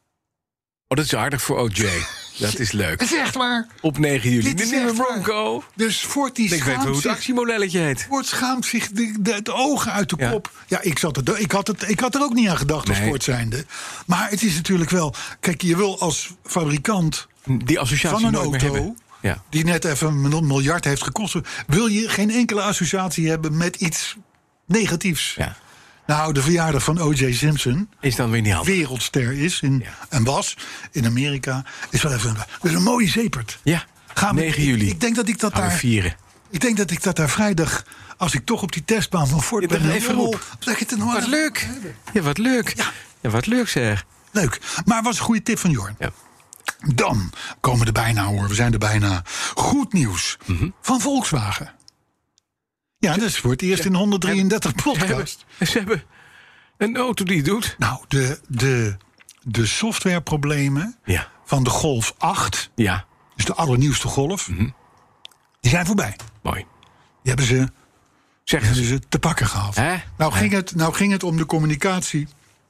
Oh, dat is aardig voor O.J. Dat is leuk. Dat is echt waar. Op 9 juli. Dit De is nieuwe echt waar. Bronco. Dus Ford die Ik weet wel hoe schaamt het zich, actiemodelletje heet. Ford schaamt zich de ogen uit de Ja. kop. Ja, ik had er ook niet aan gedacht als Nee. Ford zijnde. Maar het is natuurlijk wel... Kijk, je wil als fabrikant Die associatie van een nooit meer auto... hebben. Ja. die net even een miljard heeft gekost... wil je geen enkele associatie hebben met iets negatiefs. Ja. Nou, de verjaardag van O.J. Simpson... Is dan weer niet handig. wereldster is Ja. en was in Amerika... is wel even een mooie zeepert. Ja. Gaan we- 9 juli. Ik denk dat ik dat Gaan we daar... vieren. Ik denk dat ik dat daar vrijdag, als ik toch op die testbaan van Ford Je ben... bent even helemaal- op. zeg het er nog Wat aan. leuk. Ja, wat leuk. Ja. Ja, wat leuk zeg. Leuk. Maar was een goede tip van Jorn. Ja. Dan komen we er bijna, hoor. We zijn er bijna. Goed nieuws van Volkswagen. Ja, dat is voor het eerst in 133 podcast. Ze hebben een auto die het doet. Nou, de softwareproblemen Ja. van de Golf 8... Ja. dus de allernieuwste Golf... die zijn voorbij. Mooi. Die hebben ze Zeggen ze. te pakken gehad. Hè? Nou ging het om de communicatie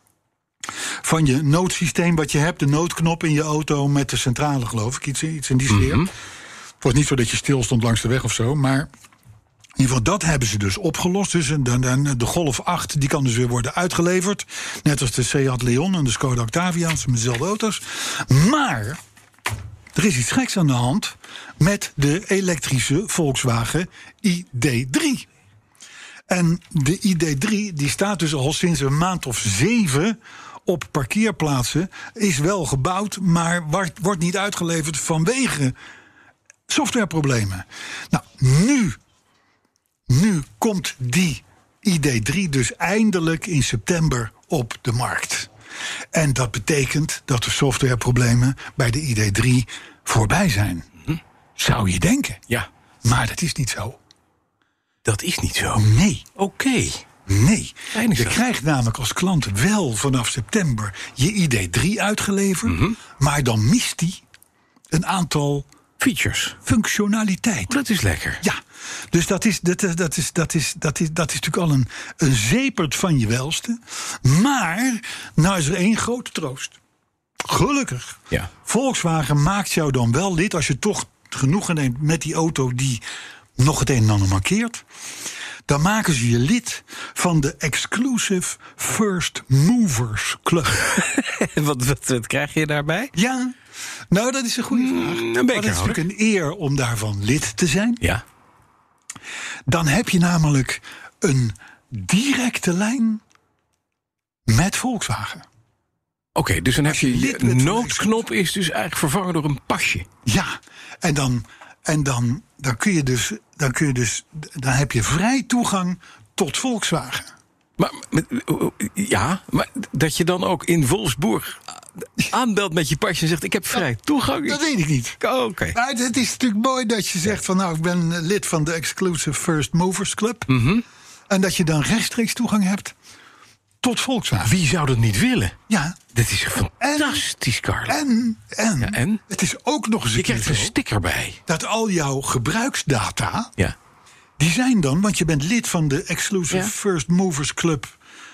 van je noodsysteem wat je hebt. De noodknop in je auto met de centrale, geloof ik. Iets in die sfeer. Het was niet zo dat je stil stond langs de weg of zo. Maar in ieder geval, dat hebben ze dus opgelost. Dus de Golf 8 die kan dus weer worden uitgeleverd. Net als de Seat Leon en de Skoda Octavia. Dat zijn dezelfde auto's. Maar er is iets geks aan de hand met de elektrische Volkswagen ID3. En de ID3 die staat dus al sinds een maand of 7 op parkeerplaatsen. Is wel gebouwd, maar wordt niet uitgeleverd vanwege softwareproblemen. Nou, nu komt die ID3 dus eindelijk in september op de markt. En dat betekent dat de softwareproblemen bij de ID3 voorbij zijn. Zou je denken. Ja. Maar dat is niet zo. Dat is niet zo. Nee. Oké. Nee, Fijn is je dat. krijgt namelijk als klant wel vanaf september je ID3 uitgeleverd, maar dan mist die een aantal Features. functionaliteiten. Dat is lekker. Ja, dus dat is natuurlijk al een zeepert van je welste. Maar nou is er één grote troost. Gelukkig. Ja. Volkswagen maakt jou dan wel lid als je toch genoegen neemt met die auto die nog het een en ander markeert. dan maken ze je lid van de Exclusive First Movers Club. Wat krijg je daarbij? Ja, nou dat is een goede vraag. Een Maar het is bekerhouder. natuurlijk een eer om daarvan lid te zijn. Ja. Dan heb je namelijk een directe lijn met Volkswagen. Oké, dus dan heb je lid bent van noodknop is dus eigenlijk vervangen door een pasje. Ja, en dan heb je vrij toegang tot Volkswagen. Maar dat je dan ook in Wolfsburg aanbelt met je pasje en zegt: ik heb vrij toegang. Dat weet ik niet. Oké. Maar het is natuurlijk mooi dat je zegt van nou, ik ben lid van de Exclusive First Movers Club. En dat je dan rechtstreeks toegang hebt tot Volkswagen. Wie zou dat niet willen? Ja. Dit is fantastisch, Carlo. En het is ook nog eens Je een keer krijgt een zo sticker bij. dat al jouw gebruiksdata, Ja. die zijn dan, want je bent lid van de Exclusive Ja. First Movers Club.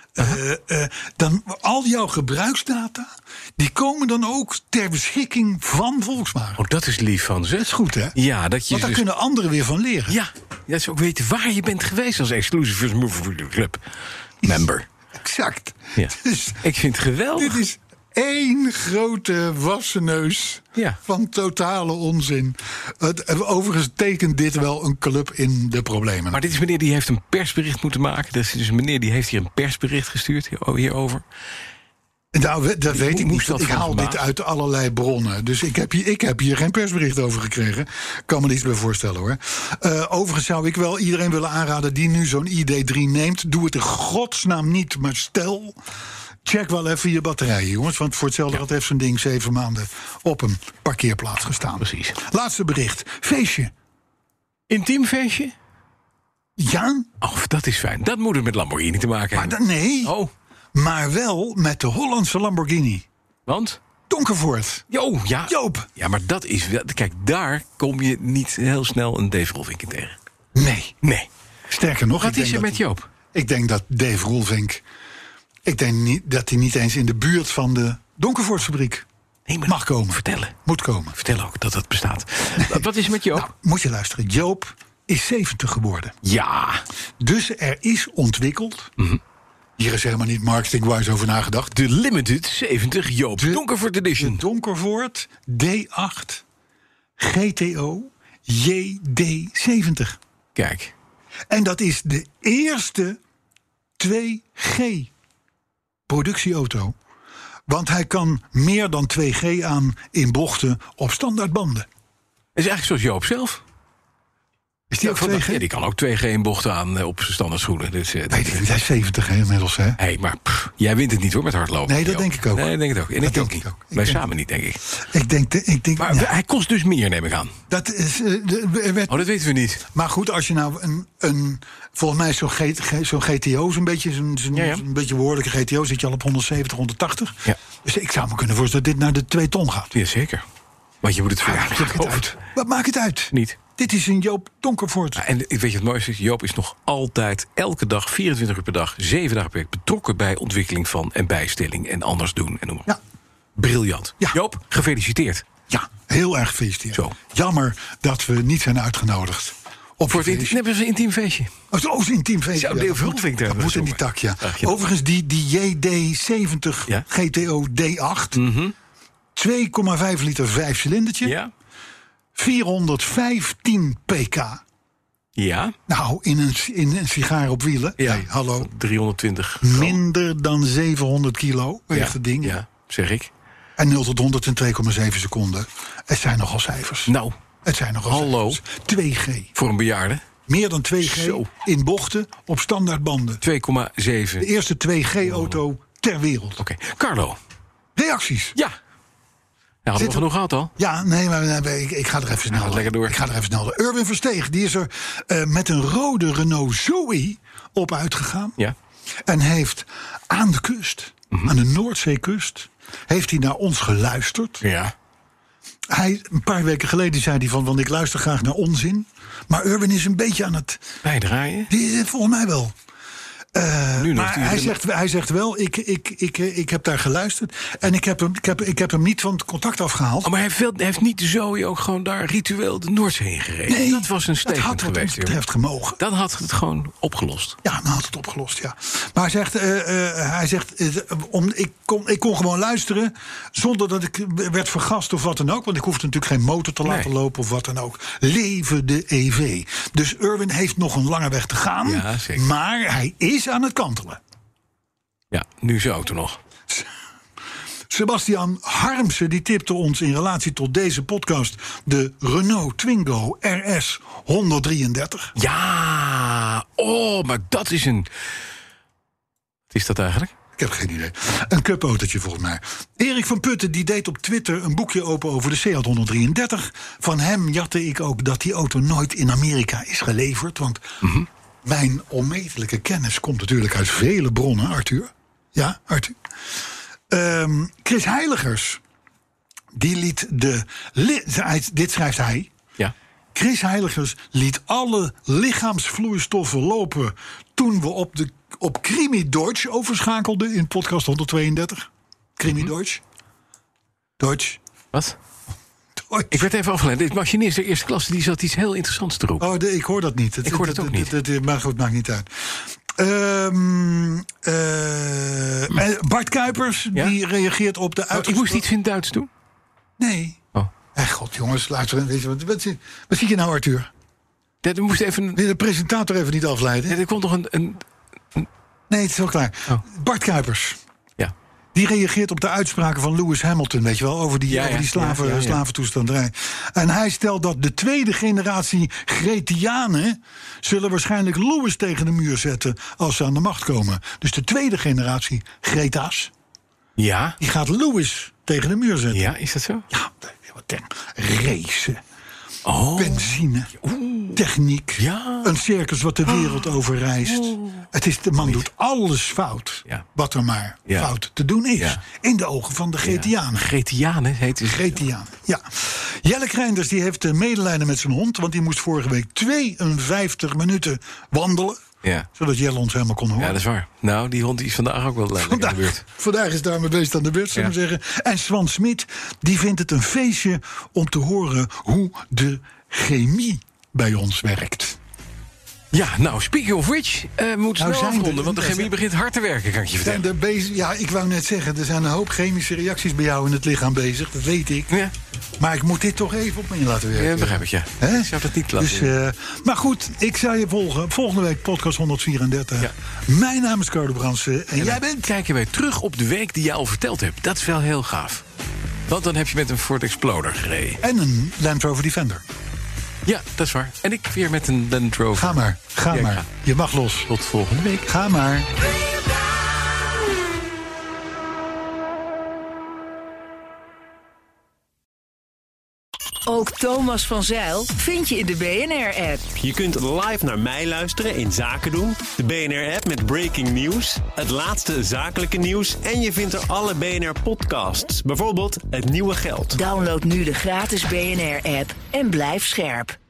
Dan al jouw gebruiksdata, die komen dan ook ter beschikking van Volkswagen. Oh, dat is lief van ze. Dat is goed, hè? Ja, dat je Want daar dus... kunnen anderen weer van leren. Ja, dat ze ook weten waar je bent geweest als Exclusive First Mover Club member. Exact. Ja. Dus Ik vind het geweldig. dit is één grote wassenneus Ja. van totale onzin. Overigens tekent dit wel een club in de problemen. Maar dit is meneer die heeft een persbericht moeten maken. Dus een meneer die heeft hier een persbericht gestuurd hierover. Nou, dat weet ik moest niet. dat Ik van haal vandaag? dit uit allerlei bronnen. Dus ik heb hier geen persbericht over gekregen. Kan me niets bij voorstellen, hoor. Overigens zou ik wel iedereen willen aanraden die nu zo'n ID3 neemt. Doe het in godsnaam niet. Maar stel, check wel even je batterijen, jongens. Want voor hetzelfde geld heeft zo'n ding 7 maanden op een parkeerplaats gestaan. Precies. Laatste bericht. Feestje. Intiem feestje? Ja, Oh, dat is fijn. Dat moet het met Lamborghini te maken maar hebben. nee. Oh, Maar wel met de Hollandse Lamborghini. want? Donkervoort. Ja. Joop. Ja, maar dat is wel... Kijk, daar kom je niet heel snel een Dave Rolvink in tegen. Nee. Sterker nog, Wat is er met Joop? Ik denk dat Dave Roelvink, ik denk niet dat hij niet eens in de buurt van de Donkervoortfabriek Nee, maar mag komen. Vertellen. Moet komen. Vertel ook dat het bestaat. Wat is er met Joop? Nou, moet je luisteren. Joop is 70 geworden. Ja. Dus er is ontwikkeld. Hier is helemaal niet marketing-wise over nagedacht. De Limited 70 Joop Donkervoort Edition. De Donkervoort D8 GTO JD70. Kijk. En dat is de eerste 2G productieauto. Want hij kan meer dan 2G aan in bochten op standaardbanden. Is eigenlijk zoals Joop zelf. Is die ook 2G? Ja, die kan ook 2G in bochten aan op zijn standaard schoenen. Dus, Weet ik niet, hij is 70 inmiddels, hè? Hey, maar jij wint het niet hoor met hardlopen. Nee, dat Joop. denk ik ook. Nee, dat denk ik ook. En Dat ik denk ook ik niet. ook. Wij Ik denk- samen niet, denk ik. Ik denk Maar ja, hij kost dus meer, neem ik aan. dat is, er werd, Oh, dat weten we niet. maar goed, als je nou volgens mij is zo'n GTO, zo'n beetje, Ja. een beetje behoorlijke GTO, zit je al op 170, 180. Ja. Dus ik zou me kunnen voorstellen dat dit naar de 2 ton gaat. Jazeker. Want je moet het Maakt het uit. Wat maakt het uit? Niet. Dit is een Joop Donkervoort. En weet je het mooiste is? Joop is nog altijd, elke dag, 24 uur per dag, 7 dagen per week betrokken bij ontwikkeling van en bijstelling en anders doen. En noem maar. Ja. Briljant. Ja. Joop, gefeliciteerd. Ja, heel erg gefeliciteerd. Zo. Jammer dat we niet zijn uitgenodigd. Op Voor het het feestje. nee, dat is een intiem feestje. Oh, zo'n intiem feestje. Zo, Dave dat moet- Roelvink daar dat moet in die zomaar. tak, ja. Ach, ja. Overigens, die JD70 Ja. GTO D8... 2,5 liter 5-cilindertje, Ja? 415 pk. Ja? Nou, in een sigaar op wielen. Ja. Hey, hallo. 320. Minder dan 700 kilo weegt het ding. Ja, zeg ik. En 0 tot 100 in 2,7 seconden. Het zijn nogal cijfers. Nou, Het zijn nogal hallo. cijfers. 2G. voor een bejaarde. Meer dan 2G Zo. in bochten op standaardbanden. 2,7. De eerste 2G-auto ter wereld. Oké. Carlo. Reacties? Ja. Ja, hadden we Zit er- genoeg gehad al? Ja, nee, maar ik ga er even snel. lekker door. Ik ga er even snel door. Urban Versteeg, die is er met een rode Renault Zoe op uitgegaan. Ja. En heeft aan de kust, aan de Noordzeekust, heeft hij naar ons geluisterd. Ja. Een paar weken geleden zei hij van, want ik luister graag naar onzin. Maar Urban is een beetje aan het, Bijdraaien. volgens mij wel. Maar hij zegt wel, ik heb daar geluisterd. En ik heb hem niet van het contact afgehaald. Oh, maar hij heeft niet de Zoe ook gewoon daar ritueel de Noordzee in gereden? Nee, dat was een statement geweest. Dat had wat ons betreft gemogen. Dan had het gewoon opgelost. Ja, dan had het opgelost, ja. Maar hij zegt ik kon gewoon luisteren zonder dat ik werd vergast of wat dan ook. Want ik hoefde natuurlijk geen motor te laten lopen of wat dan ook. Leven de EV. Dus Erwin heeft nog een lange weg te gaan. Ja, zeker. Maar hij is aan het kantelen. Ja, nu zijn auto nog. Sebastian Harmsen die tipte ons in relatie tot deze podcast de Renault Twingo RS 133. Ja, maar dat is een... Wat is dat eigenlijk? Ik heb geen idee. Een cupautootje volgens mij. Erik van Putten die deed op Twitter een boekje open over de Seat 133. Van hem jatte ik ook dat die auto nooit in Amerika is geleverd. Want mijn onmetelijke kennis komt natuurlijk uit vele bronnen, Arthur. Ja, Arthur. Chris Heiligers, die liet dit schrijft hij. Ja. Chris Heiligers liet alle lichaamsvloeistoffen lopen toen we op Krimi Deutsch overschakelden in podcast 132. Krimi Deutsch. Deutsch. Wat? Deutsch. Ik werd even afgeleid. De machinist der eerste klasse die zat iets heel interessants te roepen. Oh, ik hoor dat niet. Ik hoor dat ook niet. Maar goed, maakt niet uit. Bart Kuipers, die reageert op de uitgesproken... Ik moest iets in Duits doen? Nee. Oh. God, jongens, luister. Weet je, wat zie je nou, Arthur? Dat moest even... Wil je de presentator even niet afleiden? Ja, er komt nog een... Nee, het is wel klaar. Oh. Bart Kuipers. Ja. Die reageert op de uitspraken van Lewis Hamilton, weet je wel, over die slaventoestanderij. En hij stelt dat de tweede generatie Gretianen zullen waarschijnlijk Lewis tegen de muur zetten als ze aan de macht komen. Dus de tweede generatie Greta's, ja, die gaat Lewis tegen de muur zetten. Ja, is dat zo? Ja, racen. Benzine, techniek, een circus wat de wereld over reist. De man doet alles fout, wat er maar fout te doen is. In de ogen van de Gretianen. Gretianen heet het. Gretianen, ja. Jelle Kreinders die heeft medelijden met zijn hond, want die moest vorige week 52 minuten wandelen. Ja. Zodat Jelle ons helemaal kon horen. Ja, dat is waar. Nou, die hond is vandaag ook wel aan de beurt. Vandaag is daarmee bezig aan de beurt, zullen we zeggen. En Swan Smit, die vindt het een feestje om te horen hoe de chemie bij ons werkt. Ja, nou, speaking of which, we moeten snel afronden, want de chemie begint hard te werken, kan ik je vertellen. Ja, ik wou net zeggen, er zijn een hoop chemische reacties bij jou in het lichaam bezig, dat weet ik. Ja. Maar ik moet dit toch even op me in laten werken. Ja, begrijp ik, ja. He? Ik zou dat niet laten. Maar goed, ik zou je volgen. Volgende week podcast 134. Ja. Mijn naam is Carlo Bransen en jij bent... Kijken wij terug op de week die je al verteld hebt. Dat is wel heel gaaf. Want dan heb je met een Ford Explorer gereden. En een Land Rover Defender. Ja, dat is waar. En ik weer met een Land Rover. Ga maar. Je mag los. Tot volgende week. Ga maar. Ook Thomas van Zijl vind je in de BNR-app. Je kunt live naar mij luisteren in Zaken doen. De BNR-app met breaking news. Het laatste zakelijke nieuws. En je vindt er alle BNR-podcasts. Bijvoorbeeld Het Nieuwe Geld. Download nu de gratis BNR-app en blijf scherp.